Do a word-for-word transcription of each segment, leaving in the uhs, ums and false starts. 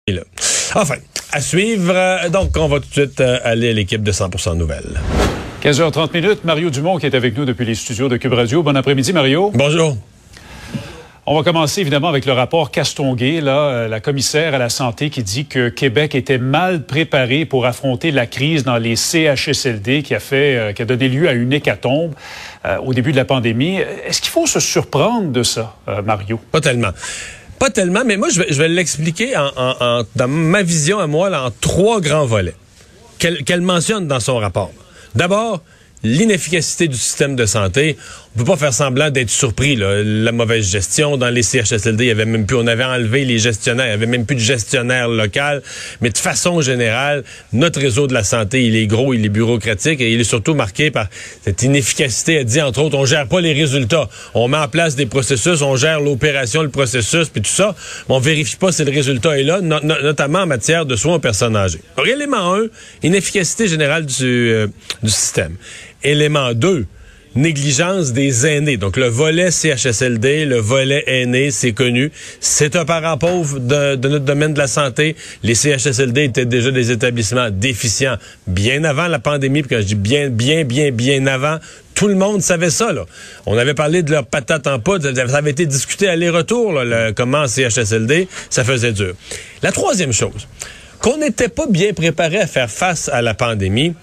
Là. Enfin, à suivre. Donc, on va tout de suite aller à l'équipe de cent pour cent Nouvelles. quinze heures trente minutes, Mario Dumont qui est avec nous depuis les studios de Cube Radio. Bon après-midi, Mario. Bonjour. On va commencer évidemment avec le rapport Castonguay, là, la commissaire à la santé qui dit que Québec était mal préparé pour affronter la crise dans les C H S L D qui a fait, euh, qui a donné lieu à une hécatombe euh, au début de la pandémie. Est-ce qu'il faut se surprendre de ça, euh, Mario? Pas tellement. Pas tellement, mais moi, je vais, je vais l'expliquer en, en, en, dans ma vision à moi là, en trois grands volets qu'elle, qu'elle mentionne dans son rapport. D'abord, l'inefficacité du système de santé. On peut pas faire semblant d'être surpris, là. La mauvaise gestion dans les C H S L D, il y avait même plus, on avait enlevé les gestionnaires, il y avait même plus de gestionnaire local. Mais de façon générale, notre réseau de la santé, il est gros, il est bureaucratique et il est surtout marqué par cette inefficacité. Elle dit, entre autres, on gère pas les résultats. On met en place des processus, on gère l'opération, le processus, puis tout ça, mais on vérifie pas si le résultat est là, no- no- notamment en matière de soins aux personnes âgées. Alors, élément un, inefficacité générale du, euh, du système. Élément deux, négligence des aînés. Donc, le volet C H S L D, le volet aînés, c'est connu. C'est un parent pauvre de, de notre domaine de la santé. Les C H S L D étaient déjà des établissements déficients bien avant la pandémie. Puis quand je dis bien, bien, bien, bien avant, tout le monde savait ça, là. On avait parlé de leur patate en poudre. Ça avait été discuté aller-retour, là, le, comment en C H S L D, ça faisait dur. La troisième chose, qu'on n'était pas bien préparé à faire face à la pandémie.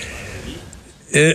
Euh,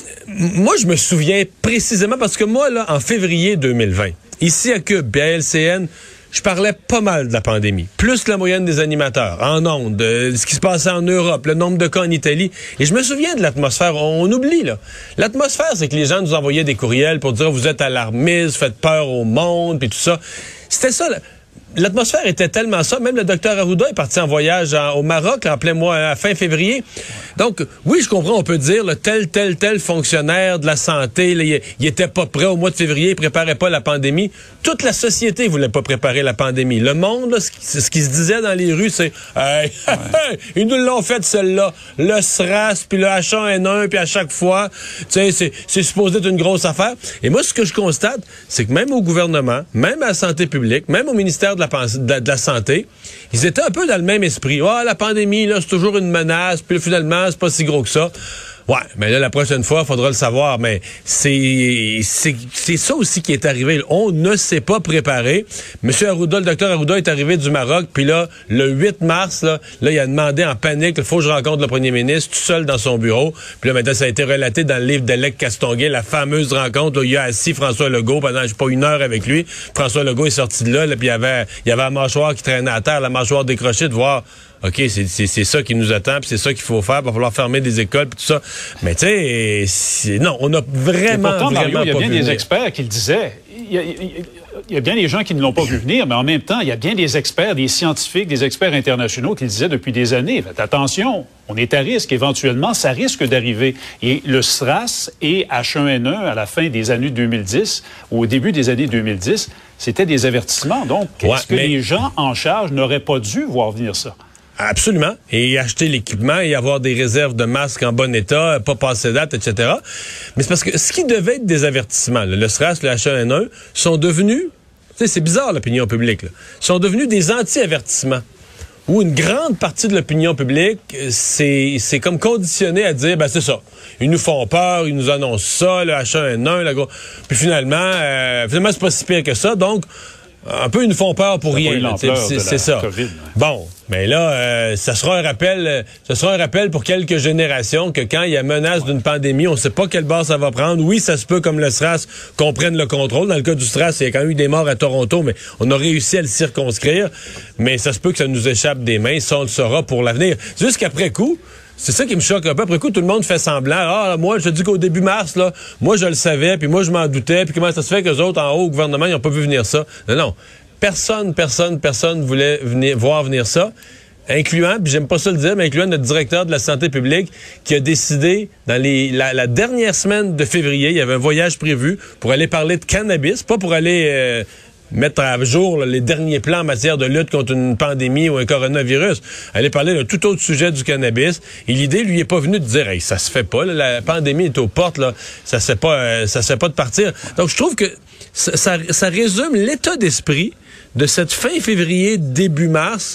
Moi, je me souviens précisément parce que moi, là, en février deux mille vingt, ici à Cube, à L C N, je parlais pas mal de la pandémie. Plus que la moyenne des animateurs, en ondes, de ce qui se passait en Europe, le nombre de cas en Italie. Et je me souviens de l'atmosphère. On, on oublie, là. L'atmosphère, c'est que les gens nous envoyaient des courriels pour dire « Vous êtes alarmistes, faites peur au monde », puis tout ça. C'était ça, là. L'atmosphère était tellement ça. Même le docteur Arruda est parti en voyage en, au Maroc en plein mois, à fin février. Donc, oui, je comprends, on peut dire, là, tel, tel, tel fonctionnaire de la santé, là, il, il était pas prêt au mois de février, il préparait pas la pandémie. Toute la société voulait pas préparer la pandémie. Le monde, là, ce, qui, ce qui se disait dans les rues, c'est hey, ouais. Ils nous l'ont fait, celle-là. Le S R A S, puis le H un N un, puis à chaque fois, tu sais, c'est, c'est supposé être une grosse affaire. Et moi, ce que je constate, c'est que même au gouvernement, même à la santé publique, même au ministère de la, de, de la Santé, ils étaient un peu dans le même esprit. Ah, oh, la pandémie, là, c'est toujours une menace, puis finalement, c'est pas si gros que ça. Ouais, mais là, la prochaine fois, il faudra le savoir. Mais c'est, c'est, c'est ça aussi qui est arrivé. On ne s'est pas préparé. Monsieur Arruda, le docteur Arruda est arrivé du Maroc, puis là, le huit mars, là, là, il a demandé en panique, il faut que je rencontre le premier ministre, tout seul dans son bureau. Puis là, maintenant, ça a été relaté dans le livre d'Alec Castonguay, la fameuse rencontre où il y a assis François Legault pendant, je sais pas, une heure avec lui. François Legault est sorti de là, là puis il y avait, il y avait la mâchoire qui traînait à terre, la mâchoire décrochée, de voir... OK, c'est, c'est, c'est ça qui nous attend, puis c'est ça qu'il faut faire, il va falloir fermer des écoles, puis tout ça. Mais tu sais, non, on a vraiment, pourtant, vraiment Mario, il y a pas bien vu des venir. experts qui le disaient. Il y, a, il y a bien des gens qui ne l'ont pas vu venir, mais en même temps, il y a bien des experts, des scientifiques, des experts internationaux qui le disaient depuis des années. Faites attention, on est à risque. Éventuellement, ça risque d'arriver. Et le S R A S et H un N un, à la fin des années deux mille dix, ou au début des années deux mille dix, c'était des avertissements. Donc, ouais, est-ce que mais... les gens en charge n'auraient pas dû voir venir ça? Absolument. Et acheter l'équipement et avoir des réserves de masques en bon état, pas passer date, et cetera. Mais c'est parce que ce qui devait être des avertissements, là, le S R A S, le H un N un, sont devenus, tu sais, c'est bizarre l'opinion publique, là, sont devenus des anti-avertissements. Où une grande partie de l'opinion publique, c'est, c'est comme conditionné à dire, ben c'est ça. Ils nous font peur, ils nous annoncent ça, le H un N un, la gros. Puis finalement, euh, finalement, c'est pas si pire que ça. Donc, un peu, ils nous font peur pour rien. Là, c'est, c'est ça. COVID, ouais. Bon, mais là, euh, ça sera un rappel, euh, ce sera un rappel pour quelques générations que quand il y a menace ouais. d'une pandémie, on ne sait pas quelle base ça va prendre. Oui, ça se peut, comme le S R A S, qu'on prenne le contrôle. Dans le cas du S R A S, il y a quand même eu des morts à Toronto, mais on a réussi à le circonscrire. Mais ça se peut que ça nous échappe des mains. Ça, on le saura pour l'avenir. Jusqu'après coup, c'est ça qui me choque un peu. Après coup, tout le monde fait semblant. Ah, moi, je dis qu'au début mars, là, moi, je le savais, puis moi, je m'en doutais, puis comment ça se fait qu'eux autres, en haut, au gouvernement, ils n'ont pas vu venir ça? Non, non. Personne, personne, personne voulait venir, voir venir ça, incluant, puis j'aime pas ça le dire, mais incluant notre directeur de la santé publique qui a décidé, dans les, la, la dernière semaine de février, il y avait un voyage prévu pour aller parler de cannabis, pas pour aller... Euh, mettre à jour là, les derniers plans en matière de lutte contre une pandémie ou un coronavirus. Aller parler d'un tout autre sujet du cannabis. Et l'idée lui est pas venue de dire hey, ça se fait pas, là, la pandémie est aux portes, là, ça se fait pas, euh, ça se fait pas de partir. Donc je trouve que ça, ça, ça résume l'état d'esprit de cette fin février, début mars,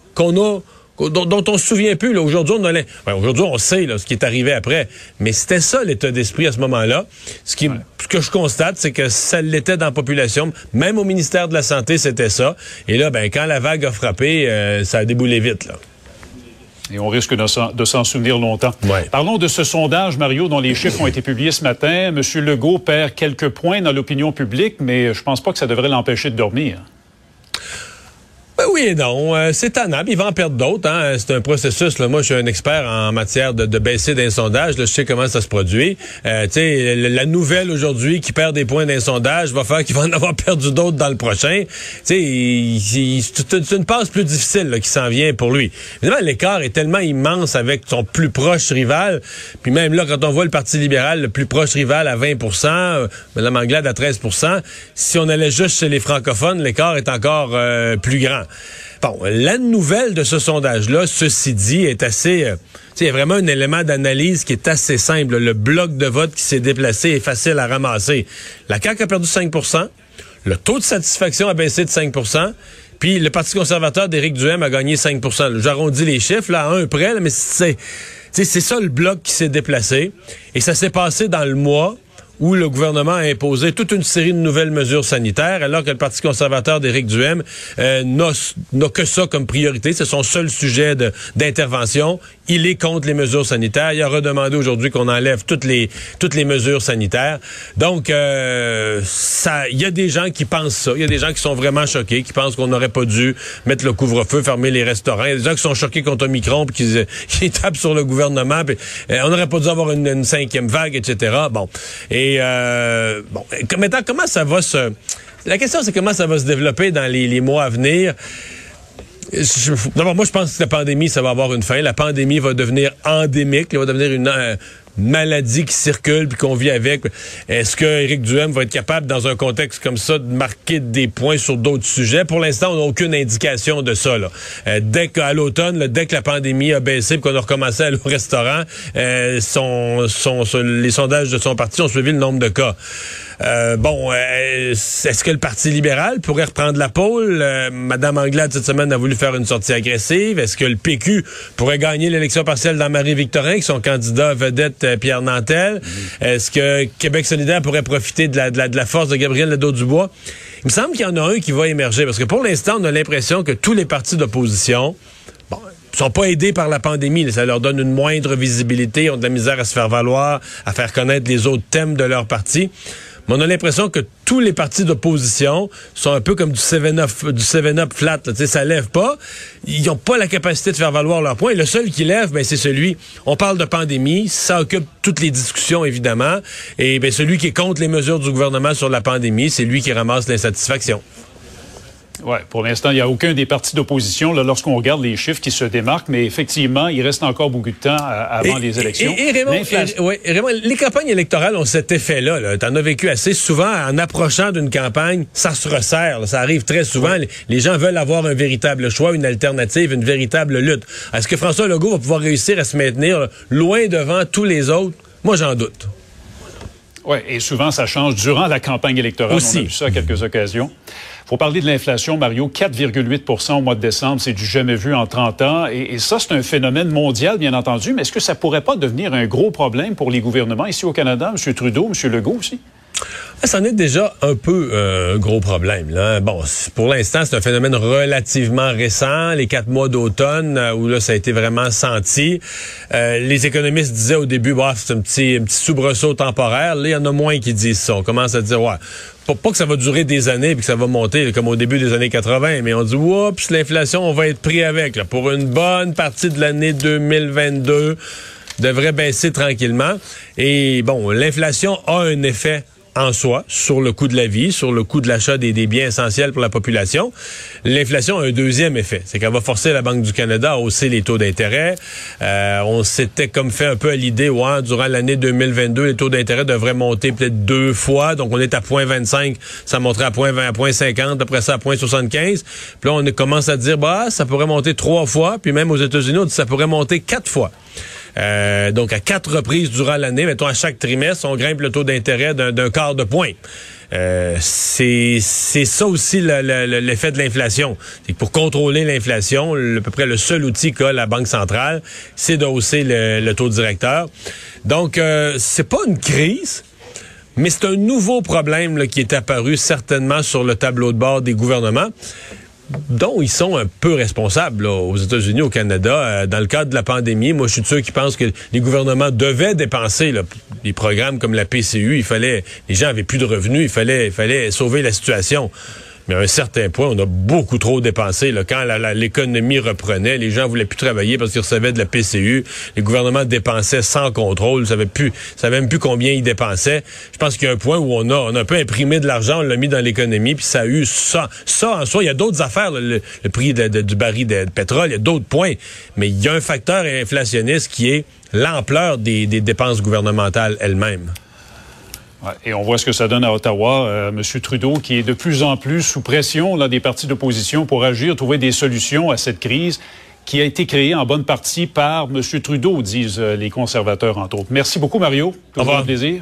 qu'on a... Dont, dont on se souvient plus. Là. Aujourd'hui, on a ouais, aujourd'hui, on sait là, ce qui est arrivé après. Mais c'était ça l'état d'esprit à ce moment-là. Ce, qui, ouais. ce que je constate, c'est que ça l'était dans la population. Même au ministère de la Santé, c'était ça. Et là, ben, quand la vague a frappé, euh, ça a déboulé vite. Là. Et on risque de s'en, de s'en souvenir longtemps. Ouais. Parlons de ce sondage, Mario, dont les chiffres ont été publiés ce matin. M. Legault perd quelques points dans l'opinion publique, mais je pense pas que ça devrait l'empêcher de dormir. Ben oui et non. Euh, c'est tannable. Il va en perdre d'autres. Hein. C'est un processus. Là. Moi, je suis un expert en matière de, de baisser d'un sondage. Là, je sais comment ça se produit. Euh, tu sais, la nouvelle aujourd'hui qui perd des points d'un sondage va faire qu'il va en avoir perdu d'autres dans le prochain. Tu sais, c'est une passe plus difficile là, qui s'en vient pour lui. Évidemment, l'écart est tellement immense avec son plus proche rival. Puis même là, quand on voit le Parti libéral, le plus proche rival à vingt pour cent, euh, Mme Anglade à treize pour cent, si on allait juste chez les francophones, l'écart est encore euh, plus grand. Bon, la nouvelle de ce sondage-là, ceci dit, est assez... Euh, il y a vraiment un élément d'analyse qui est assez simple. Le bloc de vote qui s'est déplacé est facile à ramasser. La C A Q a perdu cinq pour cent, le taux de satisfaction a baissé de cinq pour cent, puis le Parti conservateur d'Éric Duhaime a gagné cinq pour cent. J'arrondis les chiffres, là, à un près, là, mais c'est, c'est ça le bloc qui s'est déplacé. Et ça s'est passé dans le mois où le gouvernement a imposé toute une série de nouvelles mesures sanitaires, alors que le Parti conservateur d'Éric Duhaime euh, n'a, n'a que ça comme priorité. C'est son seul sujet de, d'intervention. Il est contre les mesures sanitaires. Il a redemandé aujourd'hui qu'on enlève toutes les toutes les mesures sanitaires. Donc, euh, ça, il y a des gens qui pensent ça. Il y a des gens qui sont vraiment choqués, qui pensent qu'on n'aurait pas dû mettre le couvre-feu, fermer les restaurants. Il y a des gens qui sont choqués contre Omicron, puis qui, qui tapent sur le gouvernement. Puis, euh, on n'aurait pas dû avoir une, une cinquième vague, et cetera. Bon, et euh, bon, maintenant, comment ça va se... La question, c'est comment ça va se développer dans les, les mois à venir. Je, d'abord, moi, je pense que la pandémie, ça va avoir une fin. La pandémie va devenir endémique. Elle va devenir une euh, maladie qui circule puis qu'on vit avec. Est-ce que Éric Duhaime va être capable, dans un contexte comme ça, de marquer des points sur d'autres sujets? Pour l'instant, on n'a aucune indication de ça. Là. Euh, dès qu'à l'automne, là, dès que la pandémie a baissé et qu'on a recommencé à aller au restaurant, euh, son, son, son, les sondages de son parti ont suivi le nombre de cas. Euh, bon, euh, est-ce que le Parti libéral pourrait reprendre la pôle? Euh, Madame Anglade, cette semaine, a voulu faire une sortie agressive. Est-ce que le P Q pourrait gagner l'élection partielle dans Marie-Victorin, qui son candidat vedette euh, Pierre Nantel? Mmh. Est-ce que Québec solidaire pourrait profiter de la, de la, de la force de Gabriel Nadeau-Dubois? Il me semble qu'il y en a un qui va émerger, parce que pour l'instant, on a l'impression que tous les partis d'opposition... Bon, sont pas aidés par la pandémie. Ça leur donne une moindre visibilité. Ils ont de la misère à se faire valoir, à faire connaître les autres thèmes de leur parti. Mais on a l'impression que tous les partis d'opposition sont un peu comme du seven up, du seven up flat. Là. Ça lève pas. Ils n'ont pas la capacité de faire valoir leur point. Et le seul qui lève, ben, c'est celui... On parle de pandémie. Ça occupe toutes les discussions, évidemment. Et ben, celui qui est contre les mesures du gouvernement sur la pandémie, c'est lui qui ramasse l'insatisfaction. Oui, pour l'instant, il n'y a aucun des partis d'opposition, là, lorsqu'on regarde les chiffres, qui se démarquent, mais effectivement, il reste encore beaucoup de temps à, avant et, les élections. Et, et, Raymond, et, ouais, Raymond, les campagnes électorales ont cet effet-là. Là. Tu en as vécu assez souvent. En approchant d'une campagne, ça se resserre. Là. Ça arrive très souvent. Ouais. Les, les gens veulent avoir un véritable choix, une alternative, une véritable lutte. Est-ce que François Legault va pouvoir réussir à se maintenir là, loin devant tous les autres? Moi, j'en doute. Oui, et souvent, ça change durant la campagne électorale. Aussi. On a vu ça à quelques occasions. Il faut parler de l'inflation, Mario. quatre virgule huit pour cent au mois de décembre, c'est du jamais vu en trente ans. Et, et ça, c'est un phénomène mondial, bien entendu. Mais est-ce que ça pourrait pas devenir un gros problème pour les gouvernements ici au Canada, M. Trudeau, M. Legault aussi? Ça en est déjà un peu euh, un gros problème. Là. Bon, pour l'instant, c'est un phénomène relativement récent. Les quatre mois d'automne, euh, où là, ça a été vraiment senti. Euh, les économistes disaient au début, bah, c'est un petit, un petit soubresaut temporaire. Là, il y en a moins qui disent ça. On commence à dire, ouais, pas, pas que ça va durer des années puis que ça va monter là, comme au début des années quatre-vingt, mais on dit, oups, l'inflation, on va être pris avec. Là, pour une bonne partie de l'année deux mille vingt-deux, devrait baisser tranquillement. Et bon, l'inflation a un effet en soi, sur le coût de la vie, sur le coût de l'achat des, des biens essentiels pour la population. L'inflation a un deuxième effet, c'est qu'elle va forcer la Banque du Canada à hausser les taux d'intérêt. Euh, on s'était comme fait un peu à l'idée, ouais, durant l'année deux mille vingt-deux, les taux d'intérêt devraient monter peut-être deux fois, donc on est à zéro virgule vingt-cinq, ça monterait à zéro virgule cinquante, après ça à zéro virgule soixante-quinze. Puis là, on commence à dire, bah, ça pourrait monter trois fois, puis même aux États-Unis, on dit ça pourrait monter quatre fois. Euh, donc, à quatre reprises durant l'année, mettons à chaque trimestre, on grimpe le taux d'intérêt d'un, d'un quart de point. Euh, c'est, c'est ça aussi le, le, l'effet de l'inflation. C'est que pour contrôler l'inflation, le, à peu près le seul outil qu'a la Banque centrale, c'est de hausser le, le taux directeur. Donc, euh, c'est pas une crise, mais c'est un nouveau problème là, qui est apparu certainement sur le tableau de bord des gouvernements, dont ils sont un peu responsables là, aux États-Unis, au Canada. Euh, dans le cadre de la pandémie, moi, je suis sûr qu'ils pensent que les gouvernements devaient dépenser là, des programmes comme la P C U. Il fallait, les gens avaient plus de revenus, il fallait, il fallait sauver la situation. Mais à un certain point, on a beaucoup trop dépensé. Là. Quand la, la, l'économie reprenait, les gens voulaient plus travailler parce qu'ils recevaient de la P C U. Les gouvernements dépensaient sans contrôle. Ils savaient plus, savaient même plus combien ils dépensaient. Je pense qu'il y a un point où on a, on a un peu imprimé de l'argent, on l'a mis dans l'économie, puis ça a eu ça. Ça, en soi, il y a d'autres affaires. Là, le, le prix de, de, du baril de, de pétrole, il y a d'autres points. Mais il y a un facteur inflationniste qui est l'ampleur des, des dépenses gouvernementales elles-mêmes. Ouais, et on voit ce que ça donne à Ottawa. Euh, M. Trudeau, qui est de plus en plus sous pression là, des partis d'opposition pour agir, trouver des solutions à cette crise qui a été créée en bonne partie par M. Trudeau, disent euh, les conservateurs, entre autres. Merci beaucoup, Mario. Toujours un plaisir.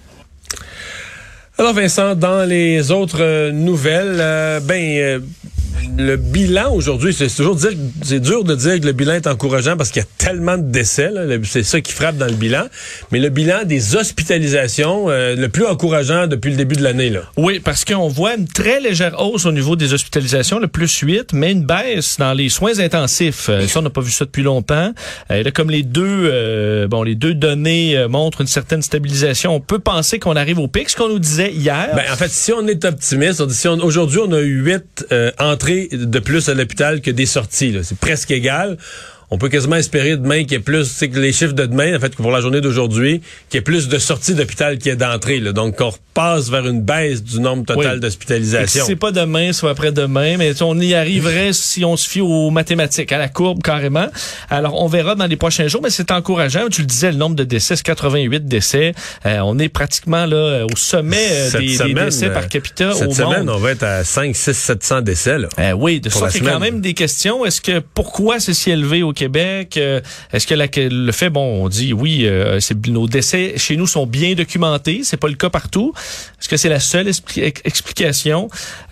Alors, Vincent, dans les autres euh, nouvelles, euh, ben... Euh, le bilan aujourd'hui, c'est toujours dire, c'est dur de dire que le bilan est encourageant parce qu'il y a tellement de décès, là, c'est ça qui frappe dans le bilan. Mais le bilan des hospitalisations, euh, le plus encourageant depuis le début de l'année, là. Oui, parce qu'on voit une très légère hausse au niveau des hospitalisations, le plus huit, mais une baisse dans les soins intensifs. Euh, ça, on n'a pas vu ça depuis longtemps. Euh, là, comme les deux, euh, bon, les deux données euh, montrent une certaine stabilisation, on peut penser qu'on arrive au pic, ce qu'on nous disait hier. Ben, en fait, si on est optimiste, on dit, si on, aujourd'hui, on a eu huit euh, entrées de plus à l'hôpital que des sorties. Là. C'est presque égal. On peut quasiment espérer demain qu'il y ait plus, c'est que les chiffres de demain, en fait, que pour la journée d'aujourd'hui, qu'il y ait plus de sorties d'hôpital qu'il y ait d'entrées. Là. Donc, on repasse vers une baisse du nombre total oui. d'hospitalisations. Si c'est pas demain, soit après-demain, mais on y arriverait si on se fie aux mathématiques, à la courbe carrément. Alors, on verra dans les prochains jours, mais c'est encourageant. Tu le disais, le nombre de décès, c'est quatre-vingt-huit décès. Euh, on est pratiquement là au sommet euh, des, semaine, des décès par capita cette au semaine, monde. on va être à cinq, six, sept cents décès. Là, euh, oui, de ça fait quand même des questions. Est-ce que pourquoi c'est si élevé au Québec? Euh, est-ce que la, le fait, bon, on dit oui, euh, c'est, nos décès chez nous sont bien documentés, c'est pas le cas partout. Est-ce que c'est la seule expli- explication?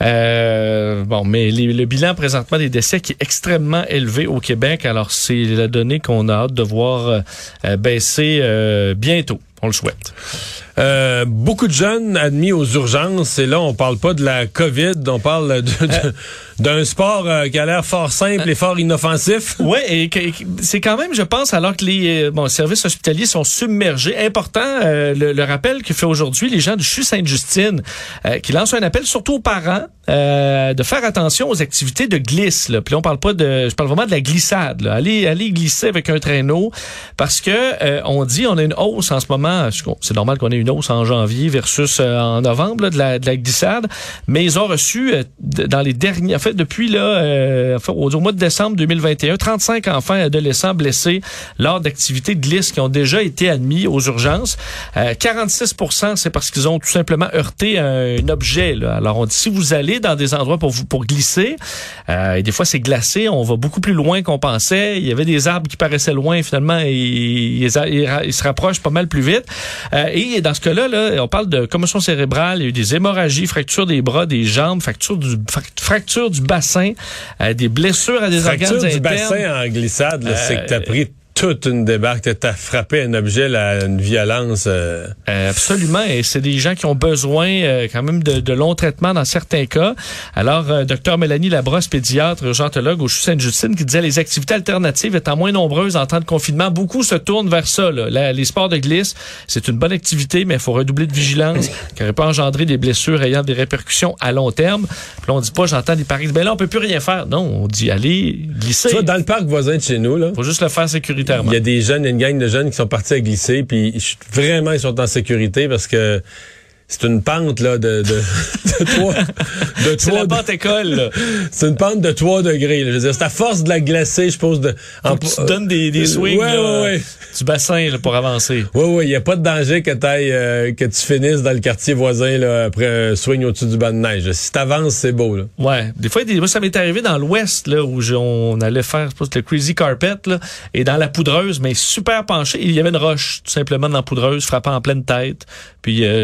Euh, bon, mais les, le bilan présentement des décès qui est extrêmement élevé au Québec, alors c'est la donnée qu'on a hâte de voir euh, baisser euh, bientôt. On le souhaite. Euh, beaucoup de jeunes admis aux urgences, et là, on parle pas de la COVID, on parle de, de, euh, d'un sport euh, qui a l'air fort simple euh, et fort inoffensif. Oui, et, et c'est quand même, je pense, alors que les bon, services hospitaliers sont submergés, important, euh, le, le rappel que fait aujourd'hui les gens du C H U Sainte-Justine, euh, qui lancent un appel surtout aux parents euh, de faire attention aux activités de glisse. Là. Puis là, on parle pas de, je parle vraiment de la glissade. Là. Allez, allez glisser avec un traîneau, parce que euh, on dit, on a une hausse en ce moment, c'est normal qu'on ait une hausse en janvier versus euh, en novembre là, de, la, de la glissade, mais ils ont reçu euh, dans les derniers, en fait depuis là, euh, au, au mois de décembre deux mille vingt et un, trente-cinq enfants et adolescents blessés lors d'activités de glisse qui ont déjà été admis aux urgences. Euh, quarante-six pour cent c'est parce qu'ils ont tout simplement heurté un, un objet. Là. Alors on dit si vous allez dans des endroits pour vous pour glisser, euh, et des fois c'est glacé, on va beaucoup plus loin qu'on pensait. Il y avait des arbres qui paraissaient loin, finalement ils, ils, ils, ils se rapprochent pas mal plus vite. Euh, et dans ce cas-là, là, on parle de commotion cérébrale, il y a eu des hémorragies, fractures des bras, des jambes, fractures du, fracture du bassin, euh, des blessures à des fracture organes du internes. bassin en glissade, là, euh, c'est que t'as pris toute une débarque, t'as frappé un objet, là, une violence. Euh... Euh, absolument, et c'est des gens qui ont besoin euh, quand même de, de longs traitements dans certains cas. Alors, euh, docteur Mélanie Labrosse, pédiatre, urgentologue au C H U Sainte-Justine, qui disait les activités alternatives étant moins nombreuses en temps de confinement, beaucoup se tournent vers ça. Là. La, les sports de glisse, c'est une bonne activité, mais il faut redoubler de vigilance, qui n'aurait pas engendré des blessures ayant des répercussions à long terme. Puis là, on dit pas, j'entends des paris, ben là, on peut plus rien faire. Non, on dit, allez, glisser. Tu vois, dans le parc voisin de chez nous, là. Faut juste le faire sécuritairement. Il y a des jeunes, une gang de jeunes qui sont partis à glisser, puis vraiment, ils sont en sécurité parce que c'est une pente là de de de trois de c'est la pente école là. C'est une pente de trois degrés là. Je veux dire, c'est à force de la glacer, je suppose de en, tu euh, donnes des des swings ouais, là, ouais, ouais. du bassin là, pour avancer. Oui oui, il y a pas de danger que t'ailles euh, que tu finisses dans le quartier voisin là après un swing au-dessus du banc de neige. Si t'avances, c'est beau là. Ouais, des fois des, moi ça m'est arrivé dans l'ouest là où je, on allait faire je pense, le crazy carpet là et dans la poudreuse mais super penché, il y avait une roche tout simplement dans la poudreuse frappant en pleine tête. Puis euh, je m'étais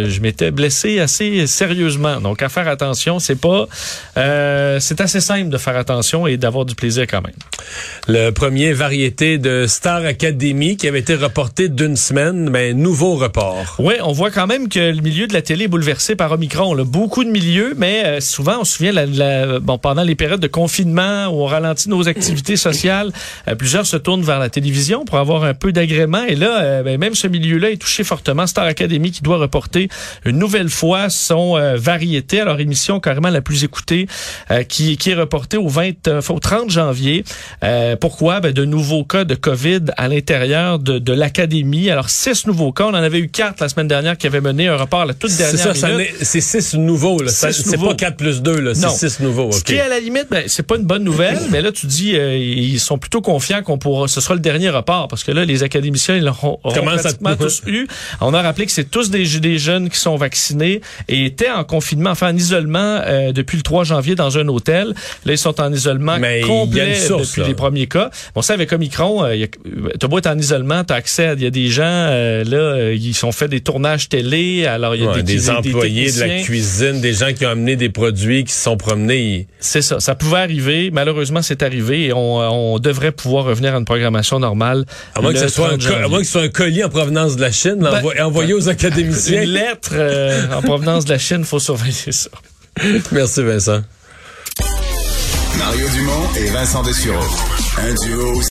été blessé assez sérieusement. Donc, à faire attention, c'est pas... Euh, c'est assez simple de faire attention et d'avoir du plaisir quand même. Le premier variété de Star Academy qui avait été reporté d'une semaine, mais nouveau report. Oui, on voit quand même que le milieu de la télé est bouleversé par Omicron. On a beaucoup de milieux, mais euh, souvent, on se souvient, la, la, bon, pendant les périodes de confinement où on ralentit nos activités sociales, euh, plusieurs se tournent vers la télévision pour avoir un peu d'agrément. Et là, euh, ben, même ce milieu-là est touché fortement. Star Academy qui doit reporter une nouvelle fois son euh, variété, alors émission carrément la plus écoutée, euh, qui, qui est reportée au, vingt, euh, au trente janvier. Euh, pourquoi? Ben, de nouveaux cas de COVID à l'intérieur de, de l'Académie. Alors, six nouveaux cas. On en avait eu quatre la semaine dernière qui avaient mené un report à la toute dernière c'est ça, minute. Ça c'est six nouveaux. Là. Ça, c'est nouveaux. pas quatre plus deux, là. C'est six nouveaux. Okay. Ce qui est à la limite, ben, c'est pas une bonne nouvelle, mais là, tu dis, euh, ils sont plutôt confiants qu'on pourra, ce sera le dernier report, parce que là, les académiciens, ils l'auront pratiquement tous eu. On a rappelé que c'est tous des, des jeunes qui sont vaccinés et étaient en confinement, enfin en isolement euh, depuis le trois janvier dans un hôtel. Là, ils sont en isolement mais complet source, depuis là. les premiers cas. Bon, ça, avec Omicron, euh, t'as beau être en isolement, t'as accès à, il y a des gens, euh, là, euh, ils sont fait des tournages télé, alors il y a ouais, des, des employés des de la cuisine, des gens qui ont amené des produits, qui se sont promenés. C'est ça, ça pouvait arriver. Malheureusement, c'est arrivé et on, on devrait pouvoir revenir à une programmation normale. À moins, que ce soit un, à moins que ce soit un colis en provenance de la Chine, ben, envoyé, envoyé aux académiciens. Une lettre euh, en provenance de la Chine, il faut surveiller ça. Merci Vincent. Mario Dumont et Vincent Dessureau. Un duo